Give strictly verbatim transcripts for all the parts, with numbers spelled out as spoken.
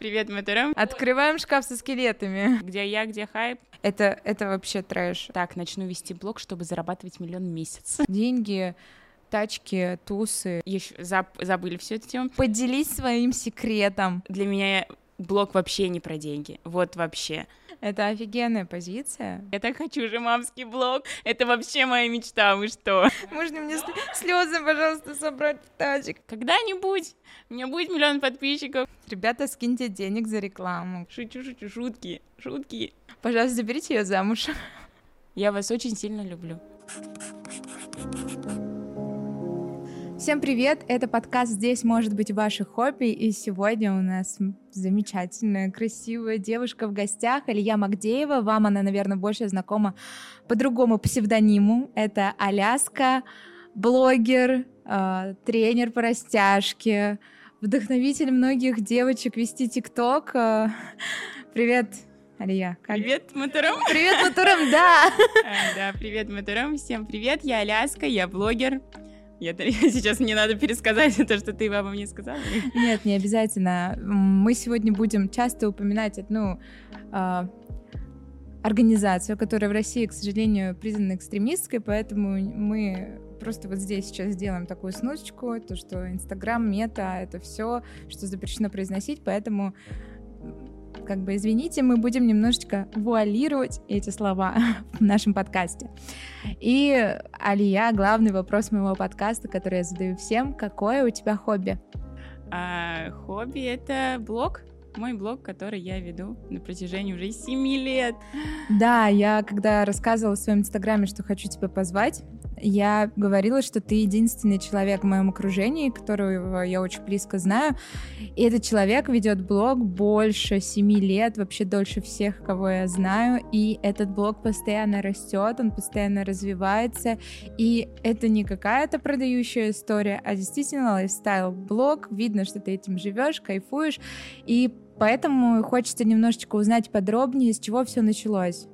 Привет, Матерам. Открываем шкаф со скелетами. Где я, где хайп? Это, это вообще трэш. Так, начну вести блог, чтобы зарабатывать миллион в месяц. Деньги, тачки, тусы. Еще заб- забыли всю эту тему. Поделись своим секретом. Для меня блог вообще не про деньги. Вот вообще. Это офигенная позиция. Я так хочу же мамский блог. Это вообще моя мечта, вы что? Можно мне слезы, пожалуйста, собрать в тазик? Когда-нибудь у меня будет миллион подписчиков. Ребята, скиньте денег за рекламу. Шучу, шучу, шутки, шутки. Пожалуйста, заберите ее замуж. Я вас очень сильно люблю. Всем привет, это подкаст «Здесь может быть ваше хобби», и сегодня у нас замечательная, красивая девушка в гостях, Алия Магдеева. Вам она, наверное, больше знакома по другому псевдониму. Это Аляска, блогер, э, тренер по растяжке, вдохновитель многих девочек вести ТикТок. Э, привет, Алия. Как... Привет, Матерам. Привет, Матерам, да. Да, привет, Матерам. Всем привет, я Аляска, я блогер. Я, сейчас мне надо пересказать то, что ты обо мне сказала. Нет, не обязательно. Мы сегодня будем часто упоминать одну э, организацию, которая в России, к сожалению, признана экстремистской, поэтому мы просто вот здесь сейчас сделаем такую сносочку, то, что Инстаграм, Мета — это все, что запрещено произносить, поэтому... Как бы, извините, мы будем немножечко вуалировать эти слова в нашем подкасте. И, Алия, главный вопрос моего подкаста, который я задаю всем: какое у тебя хобби? А, хобби — это блог. Мой блог, который я веду на протяжении уже семи лет. Да, я когда рассказывала в своем инстаграме, что хочу тебя позвать, я говорила, что ты единственный человек в моем окружении, которого я очень близко знаю. И этот человек ведет блог больше семи лет, вообще дольше всех, кого я знаю. И этот блог постоянно растет, он постоянно развивается. И это не какая-то продающая история, а действительно лайфстайл-блог. Видно, что ты этим живешь, кайфуешь. И поэтому хочется немножечко узнать подробнее, с чего все началось.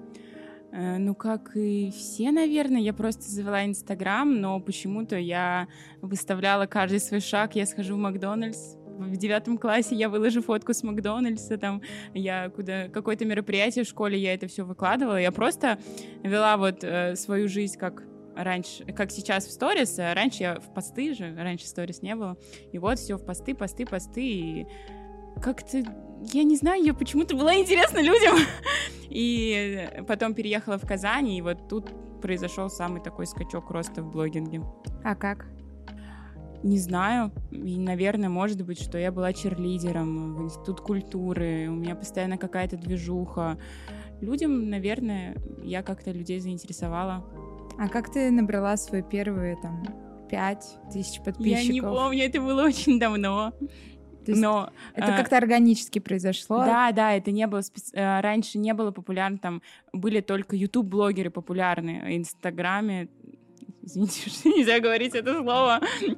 Ну, как и все, наверное, я просто завела Инстаграм, но почему-то я выставляла каждый свой шаг. Я схожу в Макдональдс. В девятом классе я выложу фотку с Макдональдса, там я куда какое-то мероприятие в школе, я это все выкладывала. Я просто вела вот э, свою жизнь как раньше, как сейчас в сторис. А раньше я в посты же, раньше сторис не было. И вот все в посты, посты, посты. И как-то, я не знаю, я почему-то была интересна людям. И потом переехала в Казань, и вот тут произошел самый такой скачок роста в блогинге. А как? Не знаю. И, наверное, может быть, что я была черлидером в Институт культуры, у меня постоянно какая-то движуха. Людям, наверное, я как-то людей заинтересовала. А как ты набрала свои первые, там, пять тысяч подписчиков? Я не помню, это было очень давно. Но это а, как-то органически произошло? Да, да, это не было специ... раньше не было популярно, там были только YouTube-блогеры популярны, в Инстаграме, извините, что нельзя говорить это слово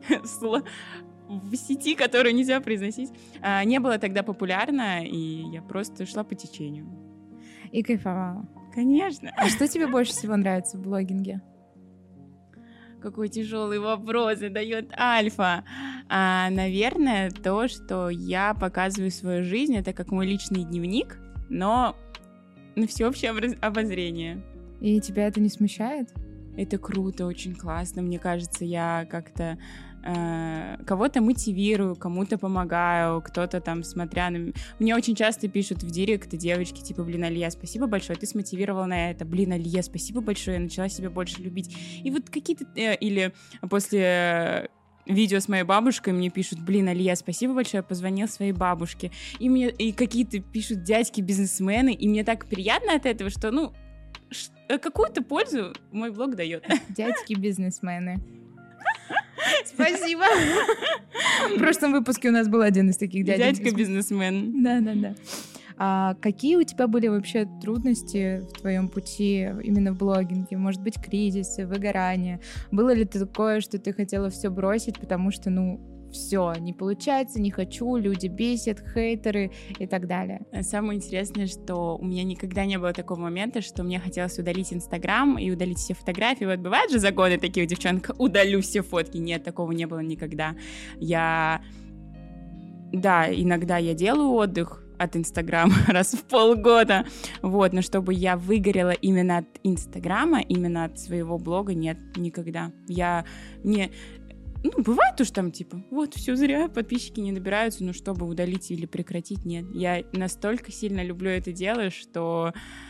в сети, которую нельзя произносить, не было тогда популярно, и я просто шла по течению. И кайфовала? Конечно. А что тебе больше всего нравится в блогинге? Какой тяжелый вопрос задает Альфа. А, наверное, то, что я показываю свою жизнь, это как мой личный дневник, но на всеобщее обозрение. И тебя это не смущает? Это круто, очень классно. Мне кажется, я как-то э, кого-то мотивирую, кому-то помогаю, кто-то там, смотря на... Мне очень часто пишут в директ девочки, типа, блин, Алия, спасибо большое, ты смотивировала на это. Блин, Алия, спасибо большое, я начала себя больше любить. И вот какие-то... Э, или после... видео с моей бабушкой мне пишут: блин, Алия, спасибо большое, я позвонил своей бабушке. И мне и какие-то пишут дядьки-бизнесмены, и мне так приятно от этого, что, ну, ш- какую-то пользу мой блог дает. Дядьки-бизнесмены. Спасибо. В прошлом выпуске у нас был один из таких дядек. Дядька-бизнесмен. Да-да-да. А какие у тебя были вообще трудности в твоем пути именно в блогинге? Может быть, кризисы, выгорание? Было ли такое, что ты хотела все бросить, потому что, ну, все, не получается, не хочу, люди бесят, хейтеры и так далее? Самое интересное, что у меня никогда не было такого момента, что мне хотелось удалить Инстаграм и удалить все фотографии. Вот бывают же загоны такие у девчонок: удалю все фотки. Нет, такого не было никогда. Я да, иногда я делаю отдых от Инстаграма раз в полгода, вот, но чтобы я выгорела именно от Инстаграма, именно от своего блога, нет, никогда. Я не... Ну, бывает то, что там, типа, вот, все зря, подписчики не набираются, но чтобы удалить или прекратить, нет. Я настолько сильно люблю это дело, что,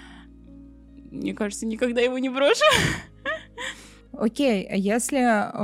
мне кажется, никогда его не брошу. Окей, а если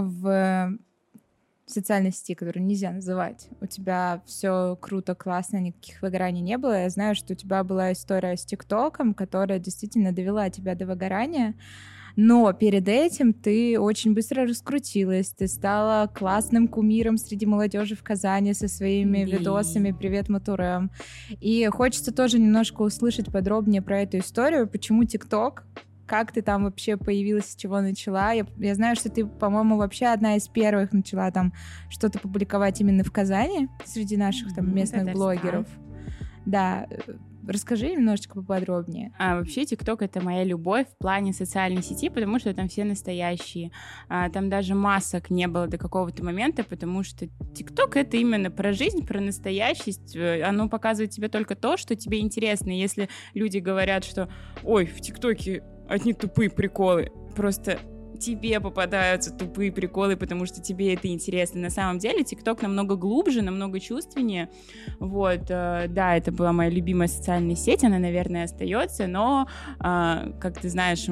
в социальной сети, которую нельзя называть, у тебя все круто, классно, никаких выгораний не было, я знаю, что у тебя была история с ТикТоком, которая действительно довела тебя до выгорания, но перед этим ты очень быстро раскрутилась, ты стала классным кумиром среди молодежи в Казани со своими Да. видосами «Привет, Матурем». И хочется тоже немножко услышать подробнее про эту историю, почему ТикТок, как ты там вообще появилась, с чего начала. Я, я знаю, что ты, по-моему, вообще одна из первых начала там что-то публиковать именно в Казани среди наших там местных Татарстан. блогеров. Да, расскажи немножечко поподробнее. А вообще ТикТок — это моя любовь в плане социальной сети, потому что там все настоящие. А, там даже масок не было до какого-то момента, потому что ТикТок — это именно про жизнь, про настоящесть. Оно показывает тебе только то, что тебе интересно. Если люди говорят, что «Ой, в ТикТоке одни тупые приколы», просто тебе попадаются тупые приколы, потому что тебе это интересно. На самом деле ТикТок намного глубже, намного чувственнее. Вот, э, да, это была моя любимая социальная сеть, она, наверное, остается, но, э, как ты знаешь,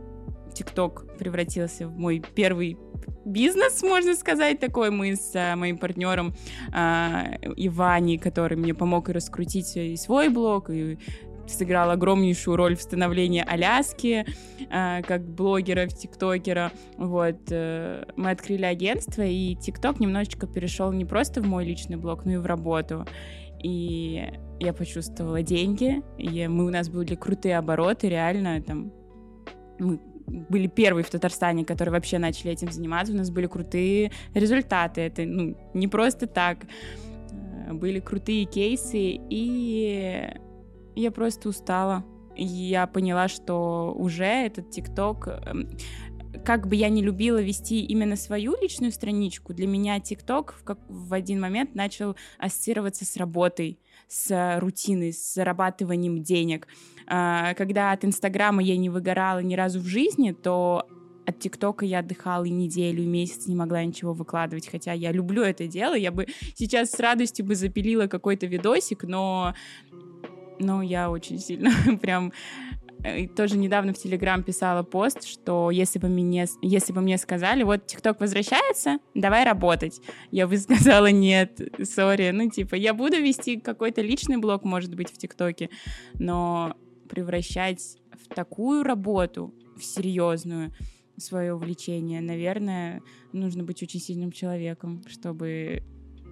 ТикТок превратился в мой первый бизнес, можно сказать, такой. Мы с а, моим партнером а, Ивани, который мне помог и раскрутить и свой блог, и сыграл огромнейшую роль в становлении Аляски, э, как блогера, тиктокера. Вот. Э, мы открыли агентство, и ТикТок немножечко перешел не просто в мой личный блог, но и в работу. И я почувствовала деньги, и мы, у нас были крутые обороты, реально, там, мы были первые в Татарстане, которые вообще начали этим заниматься, у нас были крутые результаты, это, ну, не просто так, были крутые кейсы, и я просто устала. И я поняла, что уже этот ТикТок, как бы я ни любила вести именно свою личную страничку, для меня ТикТок в, как, в один момент начал ассоциироваться с работой, с рутиной, с зарабатыванием денег. Когда от Инстаграма я не выгорала ни разу в жизни, то от ТикТока я отдыхала и неделю, и месяц не могла ничего выкладывать, хотя я люблю это дело, я бы сейчас с радостью бы запилила какой-то видосик, но... Но я очень сильно прям... И тоже недавно в Телеграм писала пост, что если бы, мне, если бы мне сказали, вот ТикТок возвращается, давай работать. Я бы сказала, нет, сори. Ну, типа, я буду вести какой-то личный блог, может быть, в ТикТоке, но превращать в такую работу, в серьезную, свое увлечение, наверное, нужно быть очень сильным человеком, чтобы...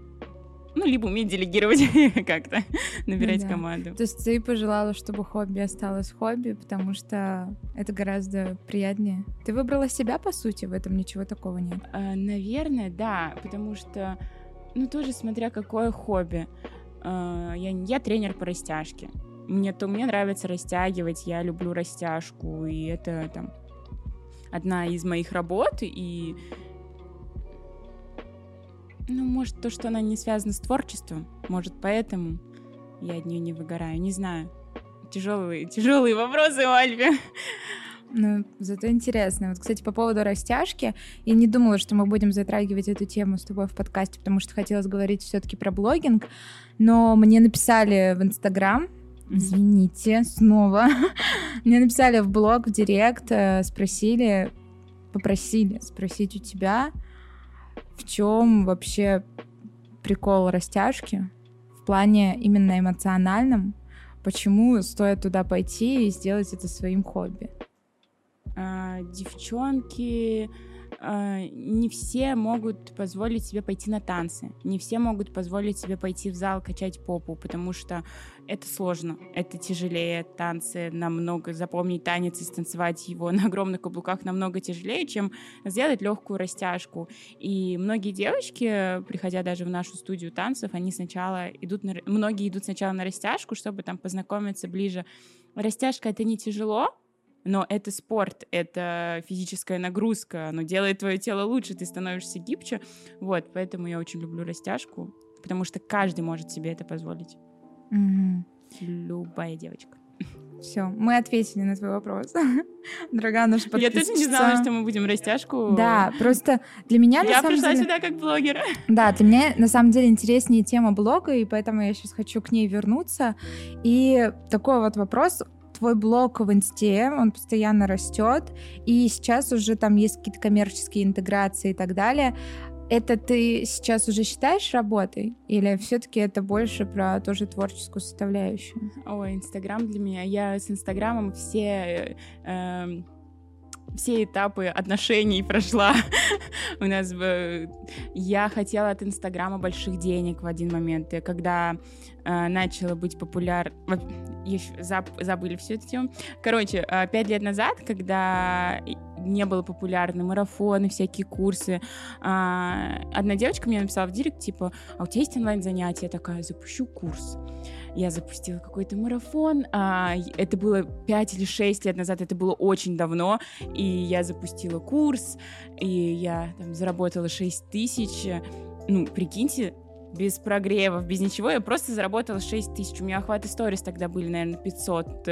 Ну, либо уметь делегировать как-то, набирать ну, да. команду. То есть ты пожелала, чтобы хобби осталось хобби, потому что это гораздо приятнее. Ты выбрала себя, по сути, в этом ничего такого нет? А, наверное, да, потому что, ну, тоже смотря какое хобби. А, я, я тренер по растяжке. Мне, то, мне нравится растягивать, я люблю растяжку, и это там одна из моих работ, и... Ну, может, то, что она не связана с творчеством, может, поэтому я от нее не выгораю, не знаю. Тяжелые, тяжелые вопросы, Альфи. Ну, зато интересно. Вот, кстати, по поводу растяжки, я не думала, что мы будем затрагивать эту тему с тобой в подкасте, потому что хотелось говорить все-таки про блогинг, но мне написали в Инстаграм, извините, снова, мне написали в блог, в директ, спросили, попросили спросить у тебя, в чем вообще прикол растяжки в плане именно эмоциональном? Почему стоит туда пойти и сделать это своим хобби? А, девчонки... не все могут позволить себе пойти на танцы, не все могут позволить себе пойти в зал качать попу, потому что это сложно, это тяжелее, танцы намного, запомнить танец и станцевать его на огромных каблуках намного тяжелее, чем сделать легкую растяжку. И многие девочки, приходя даже в нашу студию танцев, они сначала идут на, многие идут сначала на растяжку, чтобы там познакомиться ближе. Растяжка — это не тяжело, но это спорт, это физическая нагрузка, оно делает твое тело лучше, ты становишься гибче. Вот, поэтому я очень люблю растяжку, потому что каждый может себе это позволить. Мгм. Любая девочка. Все, мы ответили на твой вопрос. Дорогая наша Я тоже не знала, подписчица. что мы будем растяжку. Да, просто для меня на Я самом пришла деле... сюда как блогер. Да, для меня на самом деле интереснее тема блога, и поэтому я сейчас хочу к ней вернуться. И такой вот вопрос. Твой блог в Инсте, он постоянно растет, и сейчас уже там есть какие-то коммерческие интеграции и так далее. Это ты сейчас уже считаешь работой? Или все-таки это больше про тоже творческую составляющую? Ой, Инстаграм для меня. Я с Инстаграмом все... э, эм, все этапы отношений прошла. У нас бы... Я хотела от Инстаграма больших денег в один момент. И когда э, начала быть популярна... Заб... Забыли всю эту тему. Короче, э, пять лет назад, когда не было популярны марафоны, всякие курсы, э, одна девочка мне написала в директ, типа, а у тебя есть онлайн-занятия? Я такая, запущу курс. Я запустила какой-то марафон. А, это было пять или шесть лет назад, это было очень давно. И я запустила курс, и я там заработала шесть тысяч. Ну, прикиньте, без прогревов, без ничего, я просто заработала шесть тысяч. У меня охваты сторис тогда были, наверное, пятьсот.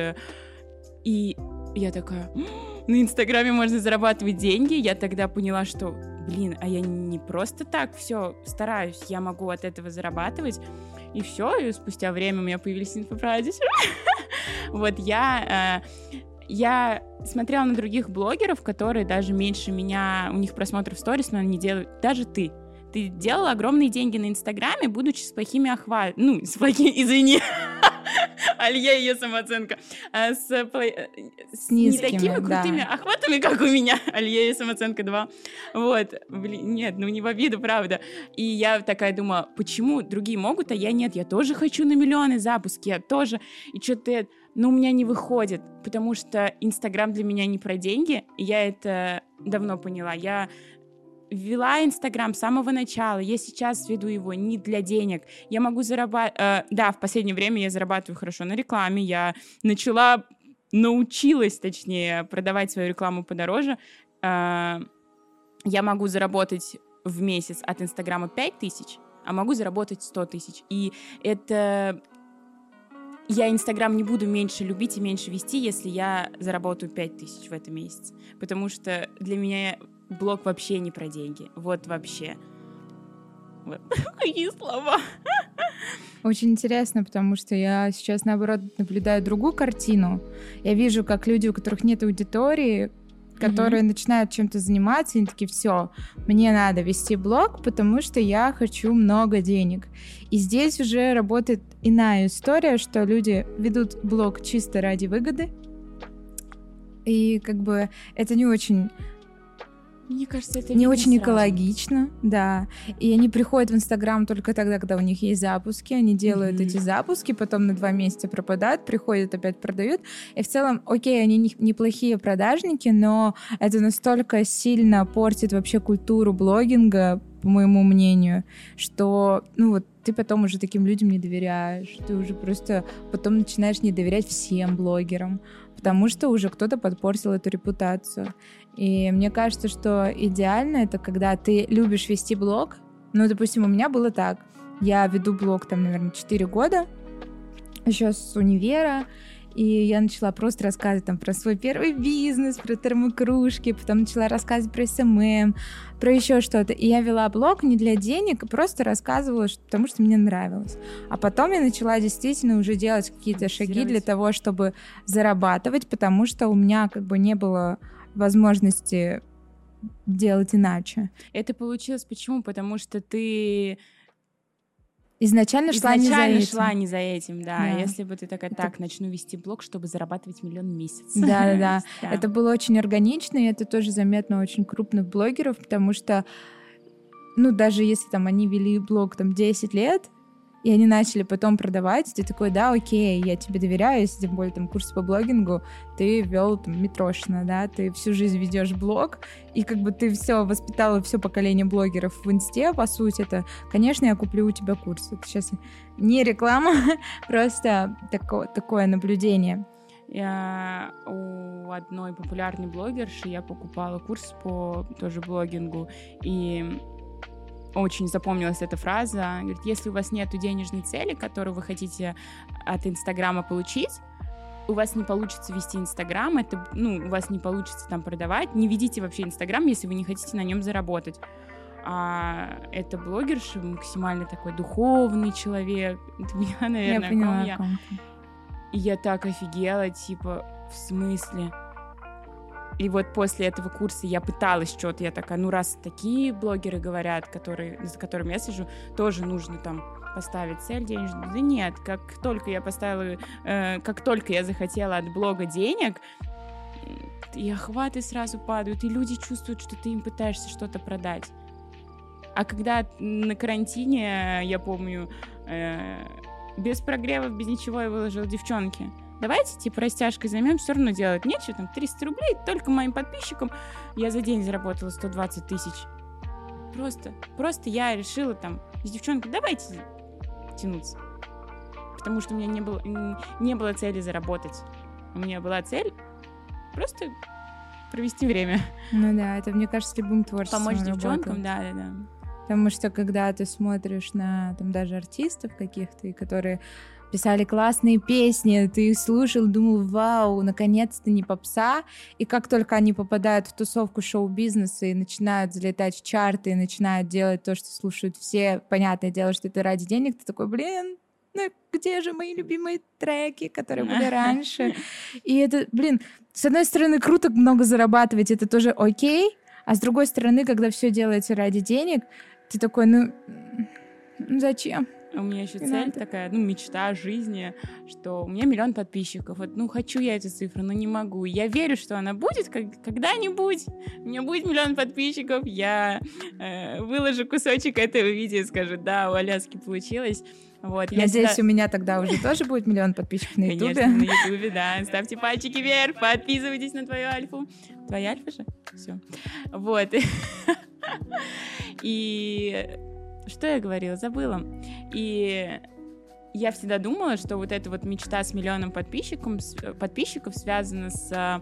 И я такая, на Инстаграме можно зарабатывать деньги. Я тогда поняла, что, блин, а я не просто так все стараюсь, я могу от этого зарабатывать. И все, и спустя время у меня появились инфопродюсеры. Вот я... Я смотрела на других блогеров, которые даже меньше меня, у них просмотров сторис, но они делают... Даже ты. Ты делала огромные деньги на Инстаграме, будучи с плохими охватами. Ну, с плохими... Извини. Алья и ее самооценка. А с, с не такими крутыми да. охватами, как у меня. Алья и самооценка два. Вот. Блин, нет, ну не в обиду, правда. И я такая думаю, почему другие могут, а я нет? Я тоже хочу на миллионы запуски, я тоже. И что-то... Но у меня не выходит, потому что Инстаграм для меня не про деньги, и я это давно поняла. Я вела Инстаграм с самого начала, я сейчас веду его не для денег. Я могу зарабатывать... Э, да, в последнее время я зарабатываю хорошо на рекламе, я начала, научилась, точнее, продавать свою рекламу подороже. Э, я могу заработать в месяц от Инстаграма пять тысяч, а могу заработать сто тысяч. И это... Я Инстаграм не буду меньше любить и меньше вести, если я заработаю пять тысяч в этом месяце. Потому что для меня блог вообще не про деньги. Вот вообще. Вот. Какие слова. Очень интересно, потому что я сейчас, наоборот, наблюдаю другую картину. Я вижу, как люди, у которых нет аудитории, которые mm-hmm. начинают чем-то заниматься, и они такие, все, мне надо вести блог, потому что я хочу много денег. И здесь уже работает иная история, что люди ведут блог чисто ради выгоды, и как бы это не очень... Мне кажется, это не очень сразу. Экологично, да. И они приходят в Инстаграм только тогда, когда у них есть запуски. Они делают mm-hmm. эти запуски, потом на два месяца пропадают, приходят, опять продают. И в целом, окей, они не, неплохие продажники, но это настолько сильно портит вообще культуру блогинга, по моему мнению, что, ну вот, ты потом уже таким людям не доверяешь. Ты уже просто потом начинаешь не доверять всем блогерам, потому что уже кто-то подпортил эту репутацию. И мне кажется, что идеально это когда ты любишь вести блог. Ну, допустим, у меня было так. Я веду блог там, наверное, четыре года, еще с универа, и я начала просто рассказывать там про свой первый бизнес, про термокружки, потом начала рассказывать про эс эм эм, про еще что-то. И я вела блог не для денег, просто рассказывала, потому что мне нравилось. А потом я начала действительно уже делать какие-то шаги для того, чтобы зарабатывать, потому что у меня как бы не было возможности делать иначе. Это получилось почему? Потому что ты изначально шла изначально не за этим. шла не за этим, да. да. Если бы ты такая, так, это... начну вести блог, чтобы зарабатывать миллион в месяц. Да-да-да. Это было очень органично, и это тоже заметно очень крупных блогеров, потому что, ну, даже если там они вели блог там десять лет, и они начали потом продавать, ты такой, да, окей, я тебе доверяю, если тем более там курс по блогингу, ты вел там Митрошина, да, ты всю жизнь ведешь блог, и как бы ты все воспитала, все поколение блогеров в Инсте, по сути, это, конечно, я куплю у тебя курс. Это сейчас не реклама, просто тако, такое наблюдение. Я у одной популярной блогерши я покупала курс по тоже блогингу, и очень запомнилась эта фраза. Говорит, если у вас нет денежной цели, которую вы хотите от Инстаграма получить, у вас не получится вести Инстаграм, это, ну, у вас не получится там продавать, не ведите вообще Инстаграм, если вы не хотите на нем заработать. А это блогерша, максимально такой духовный человек. Ты поняла, наверное, я поняла, о ком я? И я так офигела, типа, в смысле? И вот после этого курса я пыталась что-то, я такая, ну раз такие блогеры говорят, которые, за которыми я сижу, тоже нужно там поставить цель денежную. Да нет, как только я поставила, э, как только я захотела от блога денег, и охваты сразу падают, и люди чувствуют, что ты им пытаешься что-то продать. А когда на карантине, я помню, э, без прогревов, без ничего я выложила девчонки. Давайте, типа, растяжкой займем, все равно делать нечего, там, триста рублей, только моим подписчикам я за день заработала сто двадцать тысяч. Просто, просто я решила, там, с девчонкой, давайте тянуться. Потому что у меня не было, не было цели заработать. У меня была цель просто провести время. Ну да, это, мне кажется, любым творчеством помочь девчонкам, работает. да, да, да. Потому что, когда ты смотришь на, там, даже артистов каких-то, которые писали классные песни, ты их слушал, думал, вау, наконец-то не попса, и как только они попадают в тусовку шоу-бизнеса и начинают залетать в чарты, и начинают делать то, что слушают все, понятное дело, что это ради денег, ты такой, блин, ну где же мои любимые треки, которые были раньше? И это, блин, с одной стороны, круто много зарабатывать, это тоже окей, а с другой стороны, когда все делается ради денег, ты такой, ну, зачем? У меня еще Не цель надо. такая, ну, мечта жизни, что у меня миллион подписчиков. Вот, ну, хочу я эту цифру, но не могу. Я верю, что она будет как- когда-нибудь. У меня будет миллион подписчиков, я э, выложу кусочек этого видео и скажу, да, у Аляски получилось. Вот, я Надеюсь, всегда- у меня тогда уже тоже будет миллион подписчиков на Конечно, Ютубе. на Ютубе, да. Ставьте пальчики вверх, подписывайтесь на твою альфу. Твоя альфа же? Все. Вот. И что я говорила? Забыла. И я всегда думала, что вот эта вот мечта с миллионом подписчиков, подписчиков связана с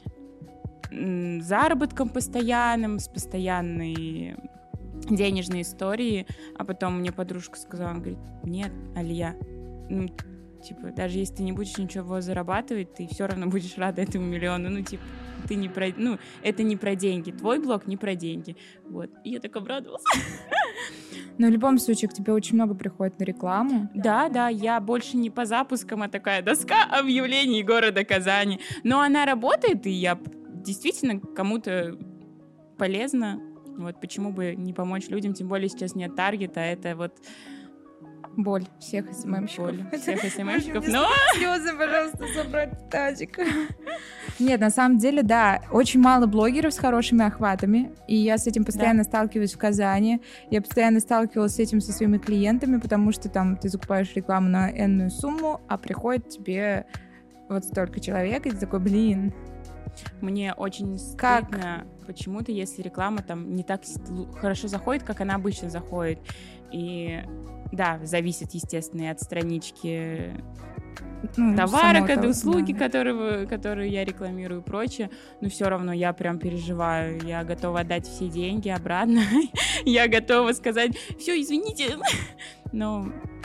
м, заработком постоянным, с постоянной денежной историей. А потом мне подружка сказала, она говорит, нет, Алия, ну, типа, даже если ты не будешь ничего зарабатывать, ты все равно будешь рада этому миллиону. Ну, типа, ты не про... Ну, это не про деньги. Твой блог не про деньги. Вот. И я так обрадовалась. Но в любом случае к тебе очень много приходит на рекламу. Да, да, я больше не по запускам, а такая доска объявлений города Казани. Но она работает, и я действительно кому-то полезна. Вот почему бы не помочь людям, тем более сейчас нет таргета, это вот Боль всех СММщиков. боль всех СММщиков. Можно Но мне слезы, пожалуйста, собрать тазик. Нет, на самом деле, да, очень мало блогеров с хорошими охватами, и я с этим постоянно сталкиваюсь в Казани. Я постоянно сталкивалась с этим со своими клиентами, потому что там ты закупаешь рекламу на энную сумму, а приходит тебе вот столько человек, и ты такой, блин. мне очень Как? стыдно почему-то, если реклама там не так с- лу- хорошо заходит, как она обычно заходит. И да, зависит, естественно, и от странички Ну, товара, само когда то, услуги, да. которые, вы- которые я рекламирую и прочее, но все равно я прям переживаю, я готова отдать все деньги обратно, я готова сказать, все, извините, но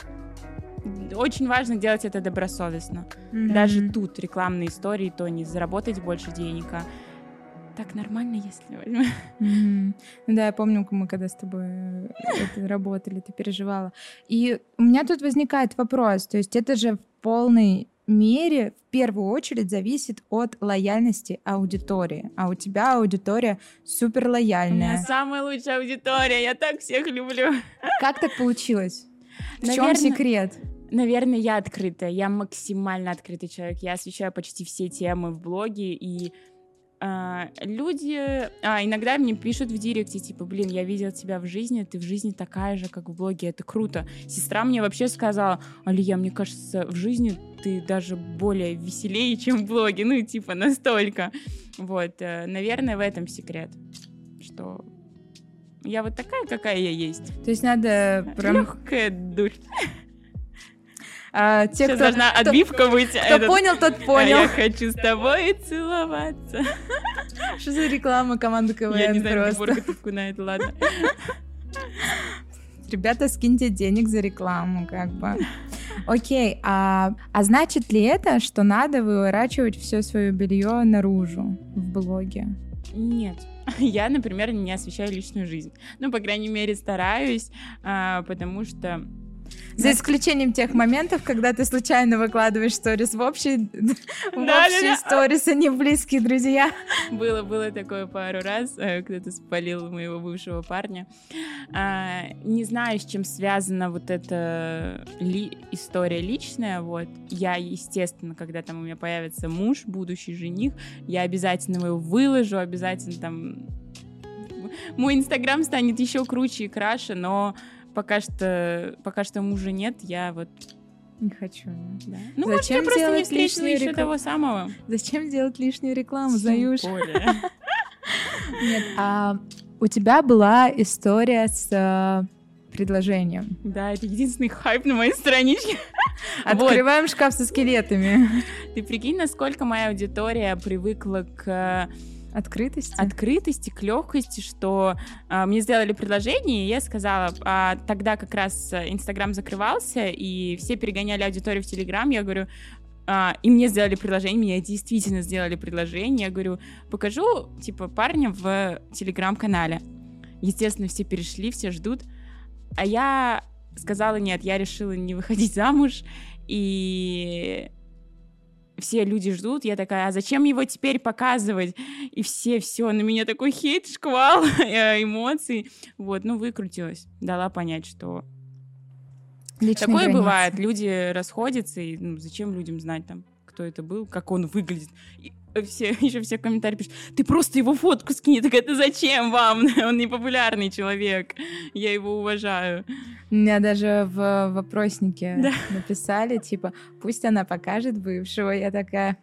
очень важно делать это добросовестно. Мгм. Даже тут рекламные истории, то не заработать больше денег, а так нормально, если возьмем. Мгм. Ну да, я помню, мы когда с тобой э, это работали, ты переживала. И у меня тут возникает вопрос, то есть это же в полной мере в первую очередь зависит от лояльности аудитории, а у тебя аудитория супер У меня лояльная. самая лучшая аудитория, я так всех люблю. Как так получилось? В чем Наверно- секрет? Наверное, я открытая, я максимально открытый человек. Я освещаю почти все темы в блоге, и а, люди... А, иногда мне пишут в директе, типа, блин, я видела тебя в жизни, ты в жизни такая же, как в блоге, это круто. Сестра мне вообще сказала, Алия, мне кажется, в жизни ты даже более веселее, чем в блоге, ну, типа, настолько. Вот, э, наверное, в этом секрет, что я вот такая, какая я есть. То есть надо прям... Легкая душ. а, те, Сейчас кто, должна кто- отбивка быть. кто этот, понял, тот «А понял. Я хочу с тобой целоваться. Что за реклама команды КВН Я не знаю, просто? Бурга Тупкуна, это ладно. Ребята, скиньте денег за рекламу, как бы. Окей, а, а значит ли это, что надо выворачивать все свое белье наружу в блоге? Нет. Я, например, не освещаю личную жизнь. Ну, по крайней мере, стараюсь, а, потому что... За исключением тех моментов, когда ты случайно выкладываешь сторис в общий, в Да, общие да, да. сторис, а не в близкие друзья. Было, было такое пару раз, э, кто-то спалил моего бывшего парня. А, не знаю, с чем связана вот эта ли- история личная. Вот. Я, естественно, когда там у меня появится муж, будущий жених, я обязательно его выложу, обязательно там... Мой инстаграм станет еще круче и краше, но пока что, пока что мужа нет, я вот... Не хочу. Да. Ну, может, я Зачем просто не делать встретила лишнюю еще рекламу? того самого. Зачем делать лишнюю рекламу, Тем Заюш? более. Нет, а у тебя была история с э, предложением. Да, это единственный хайп на моей страничке. Открываем шкаф со скелетами. Ты прикинь, насколько моя аудитория привыкла к Открытости? открытости, к легкости, что а, мне сделали предложение, и я сказала, а, тогда как раз Инстаграм закрывался, и все перегоняли аудиторию в Телеграм, я говорю, а, и мне сделали предложение, мне действительно сделали предложение, я говорю, покажу, типа, парня в Телеграм-канале. Естественно, все перешли, все ждут, а я сказала нет, я решила не выходить замуж, и... Все люди ждут, я такая, а зачем его теперь показывать? И все, все, на меня такой хейт, шквал эмоций. Вот, ну, выкрутилась, дала понять, что... Личные Такое границы. бывает, люди расходятся, и ну, зачем людям знать там, кто это был, как он выглядит. И все, еще все комментарии пишут, ты просто его фотку скини, так это зачем вам? Он не популярный человек, я его уважаю. У меня даже в вопроснике Да. написали, типа, пусть она покажет бывшего. Я такая,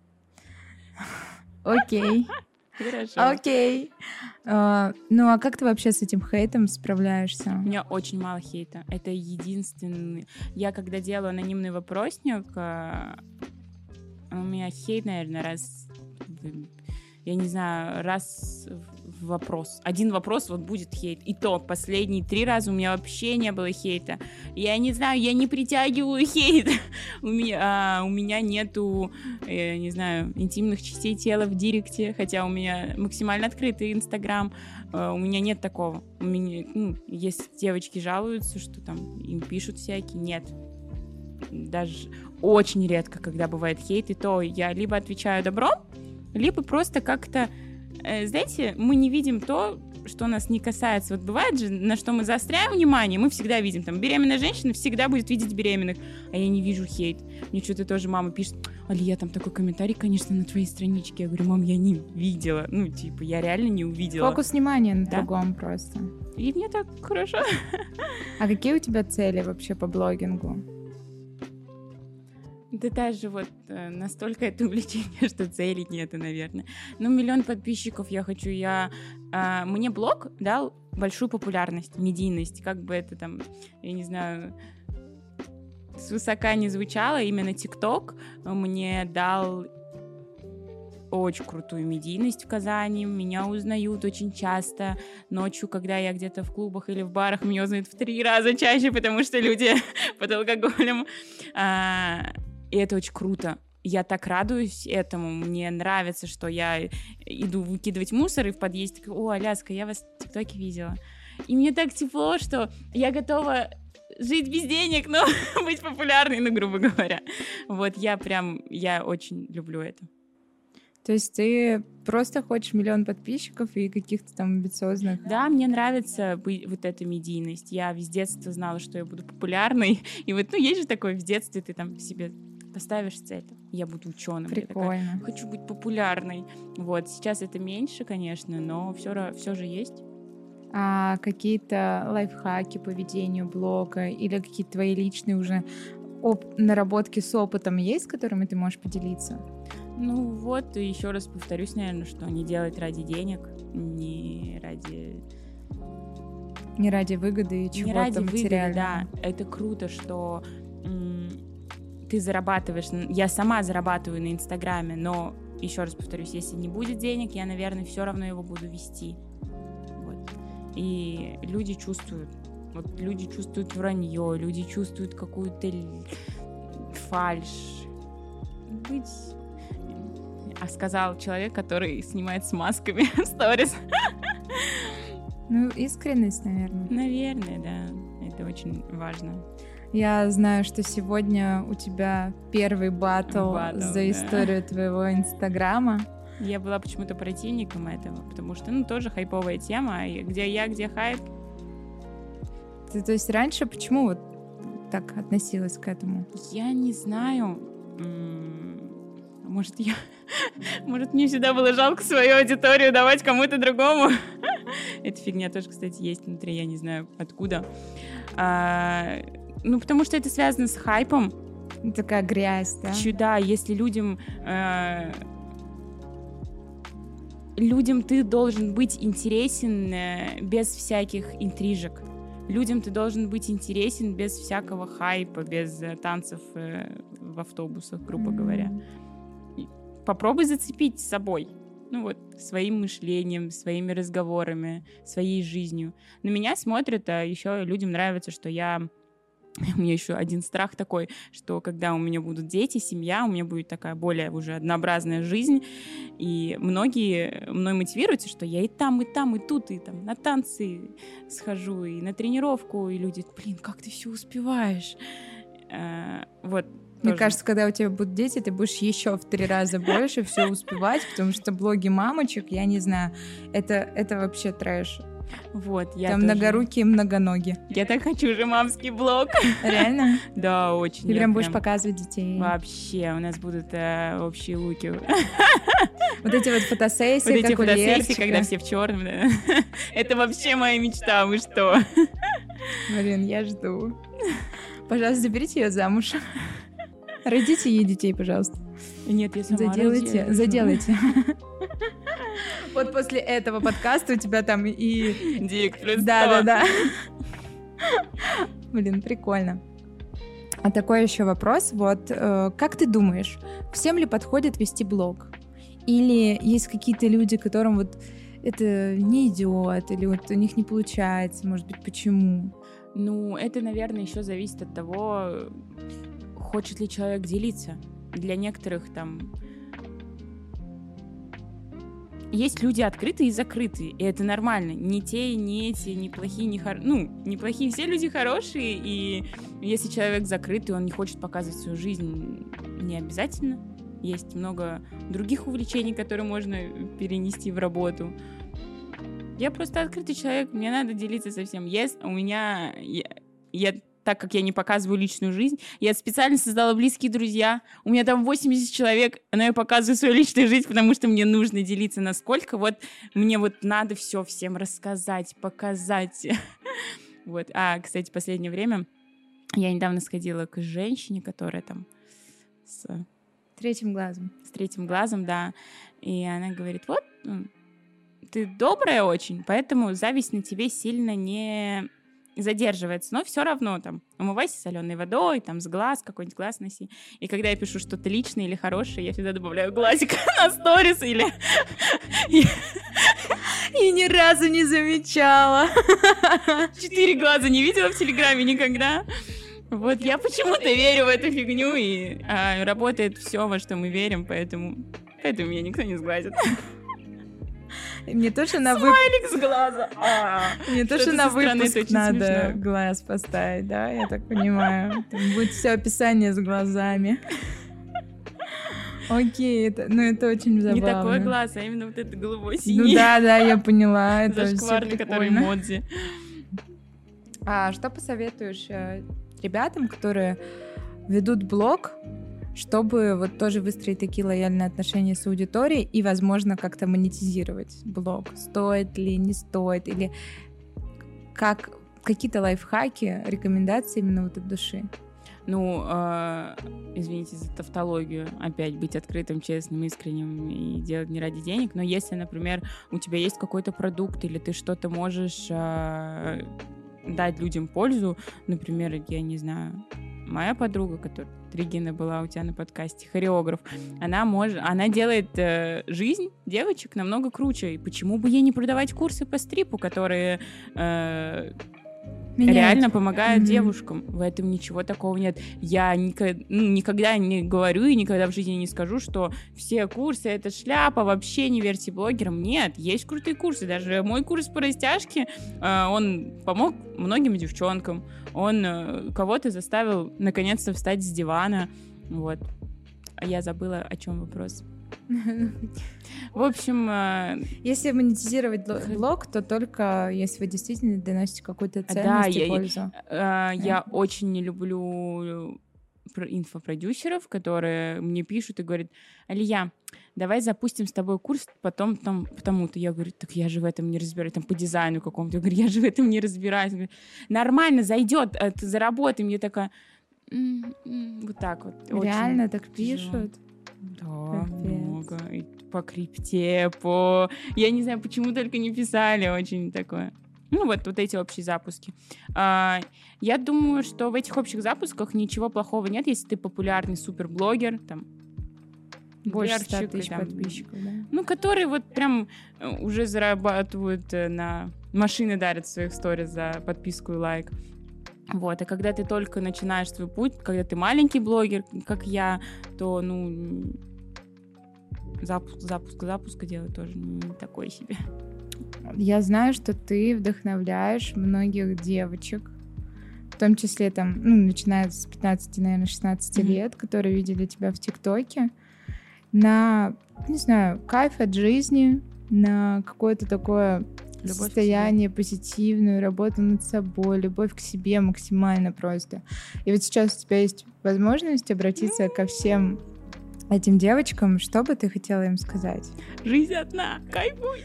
окей, Хорошо. окей. А, Ну, а как ты вообще с этим хейтом справляешься? У меня очень мало хейта. Это единственный... Я когда делаю анонимный вопросник, а, у меня хейт, наверное, раз... в- Я не знаю, раз в вопрос. Один вопрос, вот будет хейт. И то, последние три раза у меня вообще не было хейта. Я не знаю, я не притягиваю хейт. У меня, а, у меня нету, я не знаю, интимных частей тела в директе, хотя у меня максимально открытый Инстаграм. А, у меня нет такого. У меня, ну, если девочки жалуются, что там им пишут всякие, нет. Даже очень редко, когда бывает хейт, и то я либо отвечаю добром, либо просто как-то, э, знаете, мы не видим то, что нас не касается. Вот бывает же, на что мы заостряем внимание, мы всегда видим, там, беременная женщина всегда будет видеть беременных, а я не вижу хейт. Мне что-то тоже мама пишет, Алия, там такой комментарий, конечно, на твоей страничке. Я говорю, мам, я не видела. Ну, типа, я реально не увидела. Фокус внимания на Да. другом просто. И мне так хорошо. А какие у тебя цели вообще по блогингу? Да даже вот э, настолько это увлечение, что цели нету, наверное. Ну, миллион подписчиков я хочу. Я, э, мне блог дал большую популярность, медийность. Как бы это там, я не знаю, свысока не звучало. Именно ТикТок мне дал очень крутую медийность в Казани. Меня узнают очень часто. Ночью, когда я где-то в клубах или в барах, меня узнают в три раза чаще, потому что люди под алкоголем. А, И это очень круто. Я так радуюсь этому. Мне нравится, что я иду выкидывать мусор, и в подъезде такая, о, Аляска, я вас в ТикТоке видела. И мне так тепло, что я готова жить без денег, но быть популярной, ну, грубо говоря. Вот я прям, я очень люблю это. То есть ты просто хочешь миллион подписчиков и каких-то там амбициозных... Да, мне нравится быть, вот эта медийность. Я с детства знала, что я буду популярной. И вот, ну, есть же такое в детстве, ты там себе поставишь цель, я буду ученым. Прикольно. Хочу быть популярной. Вот, сейчас это меньше, конечно, но все, все же есть. А какие-то лайфхаки по ведению блога или какие-то твои личные уже оп- наработки с опытом есть, с которыми ты можешь поделиться? Ну вот, и еще раз повторюсь, наверное, что не делать ради денег, не ради... Не ради выгоды и чего-то Не ради выгоды, материального. да. Это круто, что м, ты зарабатываешь... Я сама зарабатываю на Инстаграме, но, еще раз повторюсь, если не будет денег, я, наверное, все равно его буду вести. Вот. И люди чувствуют Вот люди чувствуют вранье, люди чувствуют какую-то фальшь. Быть... А сказал человек, который снимает с масками сторис. Ну, искренность, наверное. Наверное, да. Это очень важно. Я знаю, что сегодня у тебя первый баттл, Баттл, за да. историю твоего Инстаграма. Я была почему-то противником этого, потому что, ну, тоже хайповая тема. И где я, где хайп. Ты, то есть раньше почему вот так относилась к этому? Я не знаю. Может, я... Может, мне всегда было жалко свою аудиторию давать кому-то другому. Эта фигня тоже, кстати, есть внутри, я не знаю откуда. А, ну, потому что это связано с хайпом. Такая грязь, да? Да, если людям... А, людям ты должен быть интересен э, без всяких интрижек. Людям ты должен быть интересен без всякого хайпа, без э, танцев э, в автобусах, грубо mm-hmm. говоря. Попробуй зацепить с собой. Ну вот, своим мышлением, своими разговорами, своей жизнью. На меня смотрят, а еще людям нравится, что я... У меня еще один страх такой, что когда у меня будут дети, семья, у меня будет такая более уже однообразная жизнь, и многие мной мотивируются, что я и там, и там, и тут, и там на танцы схожу, и на тренировку, и люди, блин, как ты все успеваешь? А, вот. Мне Тоже. кажется, когда у тебя будут дети, ты будешь еще в три раза больше все успевать, потому что блоги мамочек, я не знаю, это, это вообще трэш. Вот, я Там тоже... многорукие, многоногие. Я так хочу же мамский блог. Реально? Да, очень. Ты прям будешь показывать детей. Вообще, у нас будут э, общие луки. Вот эти вот фотосессии, вот эти как фотосессии, у когда все в черном. Да. Это вообще моя мечта, вы что? Блин, я жду. Пожалуйста, заберите ее замуж. Родите ей детей, пожалуйста. Нет, я сама Заделайте, рожаю. заделайте. Вот после этого подкаста у тебя там и... Директ плюс Да, да, да. Блин, прикольно. А такой еще вопрос. Вот э, как ты думаешь, всем ли подходит вести блог? Или есть какие-то люди, которым вот это не идет, или вот у них не получается, может быть, почему? Ну, это, наверное, еще зависит от того, хочет ли человек делиться. Для некоторых там... Есть люди открытые и закрытые, и это нормально. Ни те, ни эти, ни плохие, ни хор... Ну, не плохие, все люди хорошие, и если человек закрытый, он не хочет показывать свою жизнь, не обязательно. Есть много других увлечений, которые можно перенести в работу. Я просто открытый человек, мне надо делиться со всем. Yes, у меня... Я, я, так как я не показываю личную жизнь, я специально создала близкие друзья. У меня там восемьдесят человек, но я показываю свою личную жизнь, потому что мне нужно делиться, насколько вот мне вот надо все всем рассказать, показать. Вот. А, кстати, в последнее время я недавно сходила к женщине, которая там с... Третьим глазом. С третьим глазом, да. И она говорит, вот, ты добрая очень, поэтому зависть на тебе сильно не задерживается. Но все равно там умывайся соленой водой, там с глаз какой-нибудь глаз носи. И когда я пишу что-то личное или хорошее, я всегда добавляю глазик на сторис или... И ни разу не замечала. Четыре глаза не видела в Телеграме никогда. Вот я почему-то верю в эту фигню, и а, работает все, во что мы верим, поэтому, поэтому меня никто не сглазит. Мне тоже на выпуск... Смайлик с глаза. А, Мне тоже на выпуск надо глаз поставить, да, я так понимаю. Там будет все описание с глазами. Окей, это, ну это очень забавно. Не такой глаз, а именно вот этот голубой синий. Ну да, да, я поняла. Это зашкварный, который эмодзи. А что посоветуешь ребятам, которые ведут блог, чтобы вот тоже выстроить такие лояльные отношения с аудиторией и, возможно, как-то монетизировать блог? Стоит ли, не стоит? Или как какие-то лайфхаки, рекомендации именно вот от души? Ну, э, извините за тавтологию, опять быть открытым, честным, искренним и делать не ради денег, но если, например, у тебя есть какой-то продукт или ты что-то можешь э, дать людям пользу, например, я не знаю, моя подруга, которая Регина была у тебя на подкасте, хореограф, она может, она делает э, жизнь девочек намного круче, и почему бы ей не продавать курсы по стрипу, которые... Э, Меняет. Реально помогает Мгм. девушкам. В этом ничего такого нет. Я никогда, ну, никогда не говорю и никогда в жизни не скажу, что все курсы — это шляпа, вообще не верьте блогерам. Нет, есть крутые курсы. Даже мой курс по растяжке, э, он помог многим девчонкам. Он э, кого-то заставил наконец-то встать с дивана. Вот. А я забыла, о чем вопрос. В общем... э, Если монетизировать бло- блог, то только если вы действительно доносите какую-то Да, ценность я- и пользу. э, я очень не люблю про- инфопродюсеров, которые мне пишут и говорят: Алия, давай запустим с тобой курс, потом там потому-то. Я говорю: так я же в этом не разбираюсь, там по дизайну какому-то. Я говорю: я же в этом не разбираюсь. Говорю, нормально, зайдет, э, ты заработаем. Я такая: «М, м», вот так вот. Очень Реально так тяжело. пишут? Да, Капец. много. И по крипте, по... Я не знаю, почему только не писали, очень такое. Ну вот, вот эти общие запуски. А, я думаю, что в этих общих запусках ничего плохого нет, если ты популярный суперблогер, там, Больше ста блогерчик, тысяч там, подписчиков, да? ну, которые вот прям э, уже зарабатывают э, на... Машины дарят в своих сторис за подписку и лайк. Вот, а когда ты только начинаешь свой путь, когда ты маленький блогер, как я, то, ну, запуск, запуск, запуска делать тоже не такой себе. Я знаю, что ты вдохновляешь многих девочек, в том числе там, ну, начиная с пятнадцати, наверное, шестнадцати Мгм. лет, которые видели тебя в ТикТоке, на, не знаю, кайф от жизни, на какое-то такое Любовь к состояние позитивную, работу над собой, любовь к себе максимально просто. И вот сейчас у тебя есть возможность обратиться ко всем этим девочкам. Что бы ты хотела им сказать? Жизнь одна, кайфуй.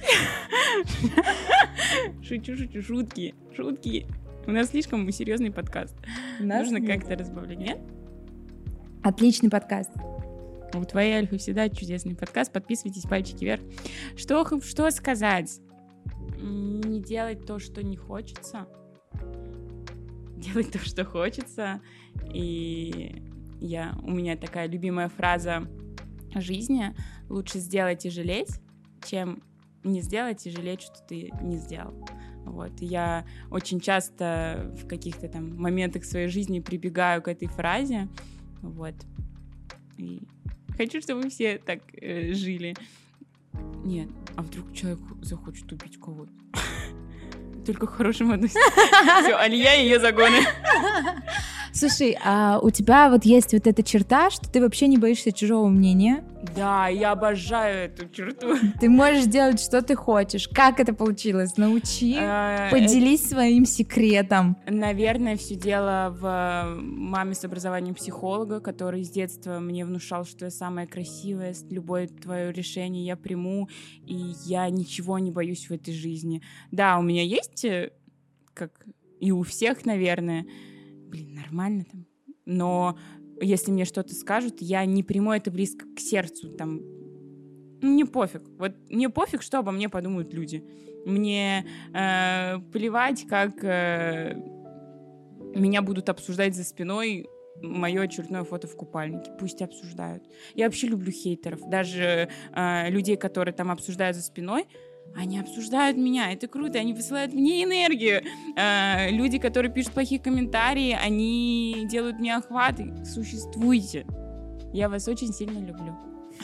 Шучу, шучу, шутки, шутки. У нас слишком серьезный подкаст. Нужно как-то разбавлять, нет? Отличный подкаст. У твоей Альфы всегда чудесный подкаст. Подписывайтесь, пальчики вверх. Что, х- что сказать? М, Не делать то, что не хочется. Делать то, что хочется. И я, у меня такая любимая фраза жизни: лучше сделать и жалеть, чем не сделать и жалеть, что ты не сделал. Вот. И я очень часто в каких-то там моментах своей жизни прибегаю к этой фразе. Вот. И хочу, чтобы все так э, жили. Нет, а вдруг человек захочет убить кого-то? Только к хорошему относиться. Все, Алия и ее загоны. Слушай, а у тебя вот есть вот эта черта, что ты вообще не боишься чужого мнения. Да, я обожаю эту черту. Ты можешь делать, что ты хочешь. Как это получилось? Научи, Э, поделись своим секретом. Наверное, все дело в маме с образованием психолога, который с детства мне внушал, что я самая красивая, любое твое решение я приму, и я ничего не боюсь в этой жизни. Да, у меня есть, э, как и у всех, наверное, блин, нормально там, но если мне что-то скажут, я не приму это близко к сердцу, там, ну, мне пофиг. Вот мне пофиг, что обо мне подумают люди. Мне э, плевать, как э, меня будут обсуждать за спиной мое очередное фото в купальнике. Пусть обсуждают. Я вообще люблю хейтеров. Даже э, людей, которые там обсуждают за спиной, они обсуждают меня. Это круто. Они посылают мне энергию. Э, люди, которые пишут плохие комментарии, они делают мне охваты. Существуйте. Я вас очень сильно люблю.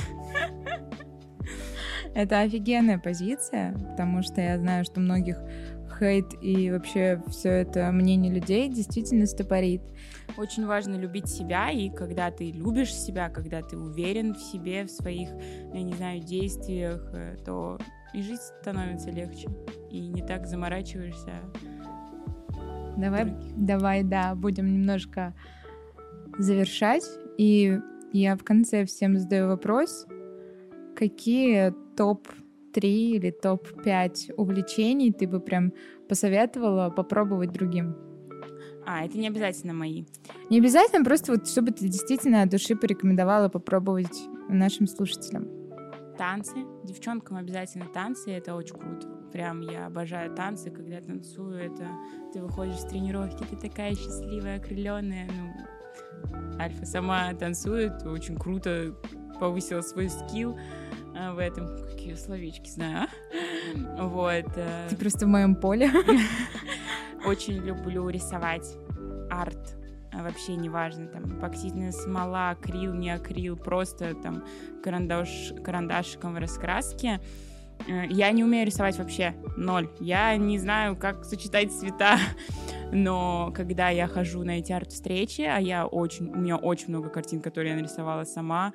Это офигенная позиция, потому что я знаю, что многих хейт и вообще все это мнение людей действительно стопорит. Очень важно любить себя, и когда ты любишь себя, когда ты уверен в себе, в своих, я не знаю, действиях, э, то и жизнь становится легче, и не так заморачиваешься. Давай, Других. давай, да, будем немножко завершать. И я в конце всем задаю вопрос. Какие топ три или топ пять увлечений ты бы прям посоветовала попробовать другим? А, это не обязательно мои. Не обязательно, просто вот чтобы ты действительно от души порекомендовала попробовать нашим слушателям. Танцы. Девчонкам обязательно танцы, это очень круто. Прям я обожаю танцы, когда танцую, это ты выходишь с тренировки, ты такая счастливая, окрыленная. Ну, Альфа сама танцует, очень круто, повысила свой скилл а, в этом. Какие словечки знаю, а? Вот. Ты просто в моем поле. Очень люблю рисовать арт. Вообще неважно, там, эпоксидная смола, акрил, не акрил, просто там карандаш, карандашиком в раскраске. Я не умею рисовать вообще, ноль. Я не знаю, как сочетать цвета, но когда я хожу на эти арт-встречи, а я очень, у меня очень много картин, которые я нарисовала сама,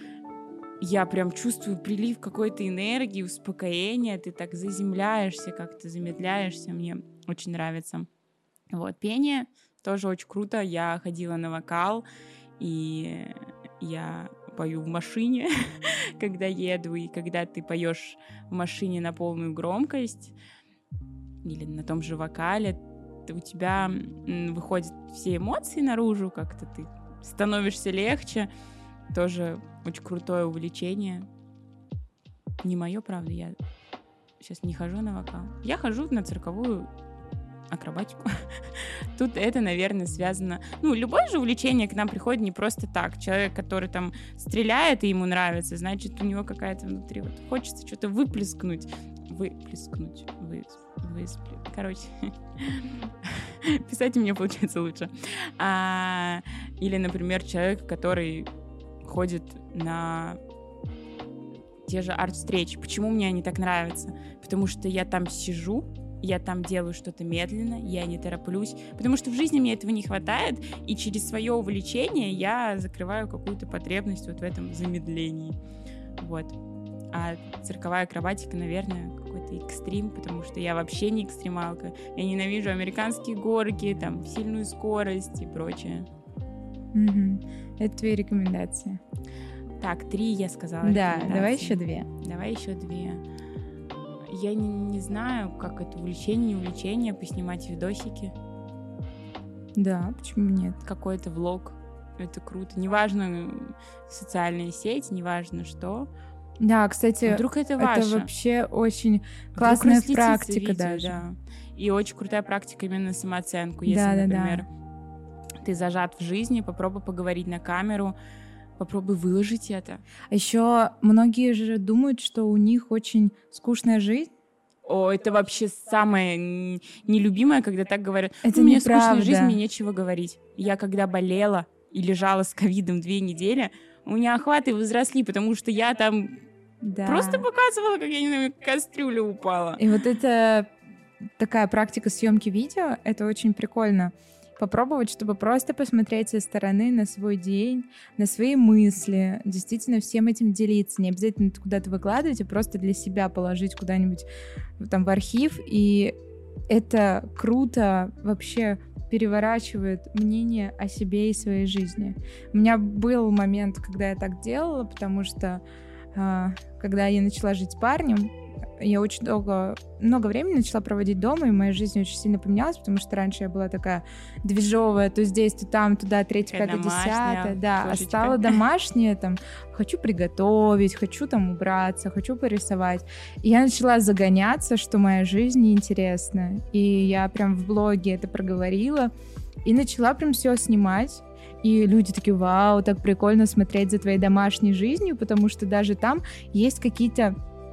я прям чувствую прилив какой-то энергии, успокоения, ты так заземляешься, как-то замедляешься, мне очень нравится. Вот, пение тоже очень круто, я ходила на вокал, и я пою в машине, когда еду, и когда ты поешь в машине на полную громкость или на том же вокале, у тебя выходят все эмоции наружу, как-то ты становишься легче, тоже очень крутое увлечение. Не мое, правда, я сейчас не хожу на вокал. Я хожу на цирковую акробатику. Тут это, наверное, связано... Ну, любое же увлечение к нам приходит не просто так. Человек, который там стреляет, и ему нравится, значит, у него какая-то внутри вот хочется что-то выплескнуть. Выплескнуть. Вы... Выспли... Короче. Писать мне получается лучше. А... Или, например, человек, который ходит на те же арт-встречи. Почему мне они так нравятся? Потому что я там сижу, я там делаю что-то медленно, я не тороплюсь, потому что в жизни мне этого не хватает, и через свое увлечение я закрываю какую-то потребность вот в этом замедлении. Вот. А цирковая акробатика, наверное, какой-то экстрим, потому что я вообще не экстремалка. Я ненавижу американские горки, там, сильную скорость и прочее. Mm-hmm. Это твои рекомендации. Так, три я сказала. Да, давай еще две. Давай еще две. Я не, не знаю, как это увлечение, не увлечение, поснимать видосики. Да, почему нет? Какой-то влог. Это круто. Неважно, социальные сети, неважно что. Да, кстати, вдруг это ваше. Это вообще очень классная практика видео, даже. Да. И очень крутая практика именно на самооценку. Если, да, например, да, да. ты зажат в жизни, попробуй поговорить на камеру, попробуй выложить это. А еще многие же думают, что у них очень скучная жизнь. О, это вообще самое нелюбимое, когда так говорят. Это у меня неправда. скучная жизнь, мне нечего говорить. Я когда болела и лежала с ковидом две недели, у меня охваты возросли, потому что я там да. просто показывала, как я на кастрюлю упала. И вот это такая практика съемки видео, это очень прикольно. Попробовать, чтобы просто посмотреть со стороны на свой день, на свои мысли, действительно всем этим делиться. Не обязательно это куда-то выкладывать, а просто для себя положить куда-нибудь там в архив. И это круто вообще переворачивает мнение о себе и своей жизни. У меня был момент, когда я так делала, потому что э, когда я начала жить с парнем, я очень долго, много времени начала проводить дома, и моя жизнь очень сильно поменялась, потому что раньше я была такая движовая, то здесь, то там, туда, третье, пятое, десятое, да, а стала домашняя, там, хочу приготовить, хочу там убраться, хочу порисовать. И я начала загоняться, что моя жизнь неинтересна, и я прям в блоге это проговорила, и начала прям все снимать. И люди такие: вау, так прикольно смотреть за твоей домашней жизнью, потому что даже там есть какие-то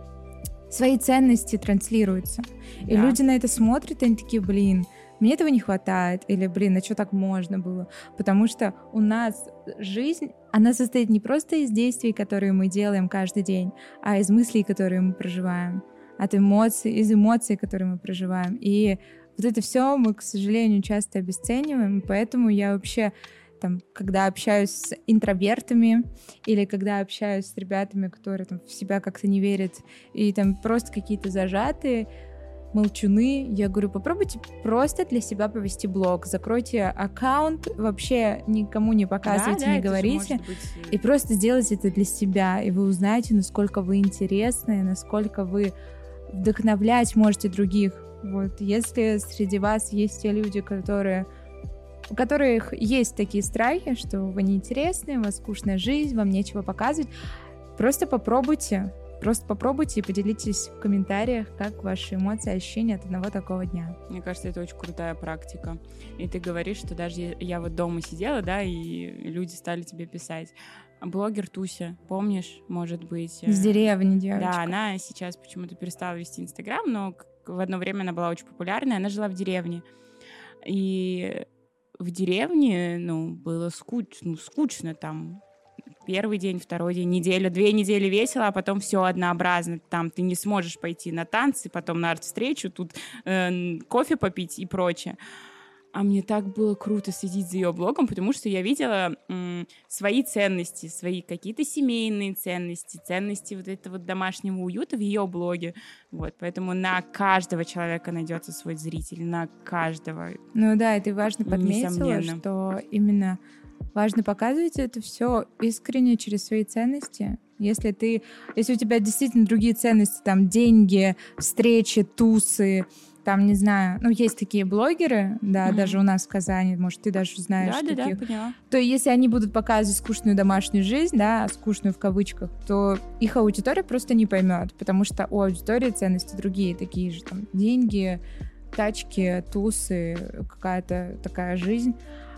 свои ценности транслируются. Да. И люди на это смотрят, и они такие: блин, мне этого не хватает, или блин, а что так можно было? Потому что у нас жизнь, она состоит не просто из действий, которые мы делаем каждый день, а из мыслей, которые мы проживаем, от эмоций, из эмоций, которые мы проживаем. И вот это все мы, к сожалению, часто обесцениваем, поэтому я вообще... Там, когда общаюсь с интровертами или когда общаюсь с ребятами, которые там, в себя как-то не верят и там просто какие-то зажатые, молчуны, я говорю: попробуйте просто для себя повести блог, закройте аккаунт, вообще никому не показывайте, да, не да, говорите, быть... и просто сделайте это для себя, и вы узнаете, насколько вы интересны, насколько вы вдохновлять можете других. Вот. Если среди вас есть те люди, которые... у которых есть такие страхи, что вы неинтересны, у вас скучная жизнь, вам нечего показывать, просто попробуйте, просто попробуйте и поделитесь в комментариях, как ваши эмоции, ощущения от одного такого дня. Мне кажется, это очень крутая практика. И ты говоришь, что даже я вот дома сидела, да, и люди стали тебе писать. Блогер Туся, помнишь, может быть? Из деревни девочка. Да, она сейчас почему-то перестала вести Инстаграм, но в одно время она была очень популярная, она жила в деревне. И в деревне, ну, было скучно, ну, скучно там. Первый день, второй день, неделя, две недели весело, а потом все однообразно. Там ты не сможешь пойти на танцы, потом на арт-встречу, тут э, кофе попить и прочее. А мне так было круто следить за ее блогом, потому что я видела м, свои ценности, свои какие-то семейные ценности, ценности вот этого домашнего уюта в ее блоге. Вот, поэтому на каждого человека найдется свой зритель, на каждого. Ну да, и ты важно подметила, Несомненно. что именно важно показывать это все искренне через свои ценности. Если ты, если у тебя действительно другие ценности, там деньги, встречи, тусы, там, не знаю, ну, есть такие блогеры, да, mm-hmm. даже у нас в Казани, может, ты даже знаешь да, таких. Да, да, поняла. То если они будут показывать скучную домашнюю жизнь, да, скучную в кавычках, то их аудитория просто не поймет, потому что у аудитории ценности другие, такие же, там, деньги, тачки, тусы, какая-то такая жизнь.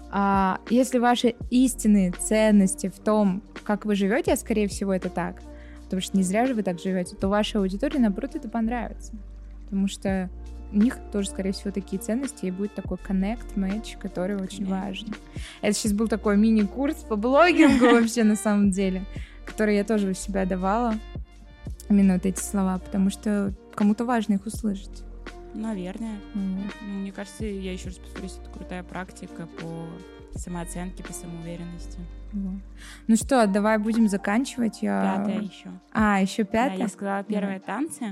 А если ваши истинные ценности в том, как вы живете, а скорее всего это так, потому что не зря же вы так живете, то вашей аудитории, наоборот, это понравится. Потому что у них тоже, скорее всего, такие ценности, и будет такой connect, match, который очень важен. Это сейчас был такой мини-курс по блогингу вообще на самом деле, который я тоже у себя давала, именно вот эти слова, потому что кому-то важно их услышать. Наверное. Mm. Ну, мне кажется, я еще раз повторюсь, это крутая практика по самооценке, по самоуверенности. Mm. Ну что, давай будем заканчивать. Я... Пятое еще. А, еще пятое? Да, я сказала первое mm. танцы,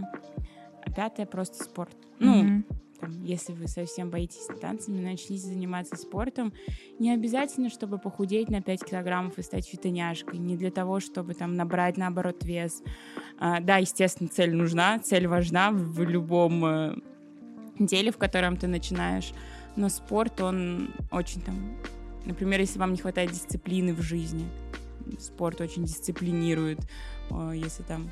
а пятое просто спорт. Ну, mm-hmm. там, если вы совсем боитесь танцами, начните заниматься спортом. Не обязательно, чтобы похудеть на пять килограммов и стать фитоняшкой. Не для того, чтобы там набрать, наоборот, вес. А, да, естественно, цель нужна, цель важна в любом деле, в котором ты начинаешь. Но спорт, он очень там... Например, если вам не хватает дисциплины в жизни, спорт очень дисциплинирует. Если там...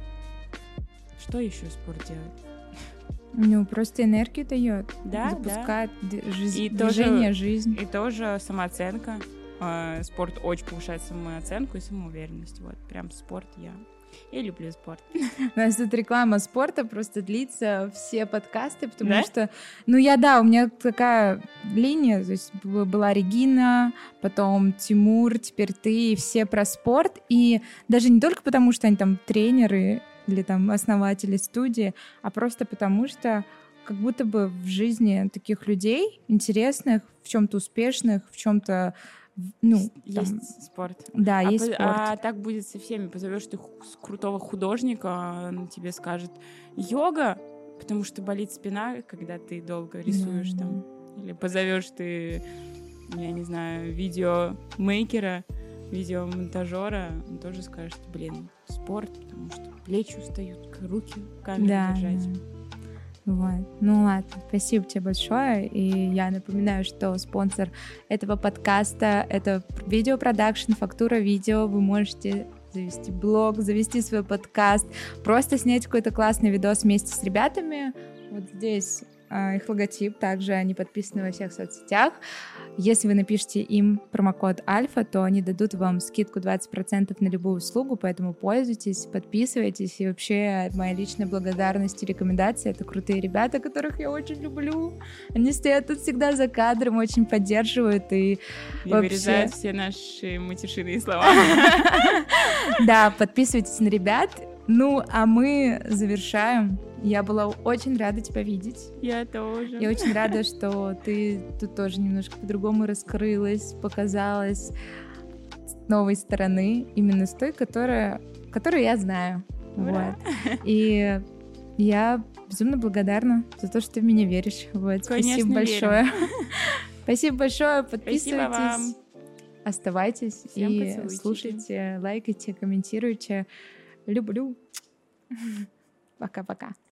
Что еще спорт делает? Ну, просто энергию дает. Да, запускает да. Жизнь, и движение, тоже, жизнь. И тоже самооценка. Спорт очень повышает самооценку и самоуверенность. Вот, прям спорт я... Я люблю спорт. У нас тут реклама спорта просто длится все подкасты, потому да? что, ну я, да, у меня такая линия, то есть была Регина, потом Тимур, теперь ты, все про спорт, и даже не только потому, что они там тренеры или там основатели студии, а просто потому что как будто бы в жизни таких людей интересных, в чем-то успешных, в чем-то ну, есть там, спорт. Да, а есть по, спорт. А так будет со всеми. Позовешь ты крутого художника, он тебе скажет йога, потому что болит спина, когда ты долго рисуешь mm-hmm. там. Или позовешь ты, я не знаю, видеомейкера, видеомонтажера, он тоже скажет, блин, спорт, потому что плечи устают, руки в камеру да, держать. Да. Вот. Ну ладно, спасибо тебе большое. И я напоминаю, что спонсор этого подкаста — это видеопродакшн, фактура видео. Вы можете завести блог, завести свой подкаст, просто снять какой-то классный видос вместе с ребятами. Вот здесь э, их логотип, также они подписаны во всех соцсетях. Если вы напишите им промокод Альфа, то они дадут вам скидку двадцать процентов на любую услугу, поэтому пользуйтесь, подписывайтесь. И вообще моя личная благодарность и рекомендация — это крутые ребята, которых я очень люблю. Они стоят тут всегда за кадром, очень поддерживают и, и вообще... вырезают все наши матершинные слова. Да, подписывайтесь на ребят. Ну, а мы завершаем. Я была очень рада тебя видеть. Я тоже. Я очень рада, что ты тут тоже немножко по-другому раскрылась, показалась с новой стороны, именно с той, которая, которую я знаю. Ура! Вот. И я безумно благодарна за то, что ты в меня веришь. Вот. Конечно, спасибо большое. Верю. Спасибо большое. Подписывайтесь. Спасибо вам. Оставайтесь Всем и поцелуйчики. Слушайте, лайкайте, комментируйте. Люблю. Пока-пока.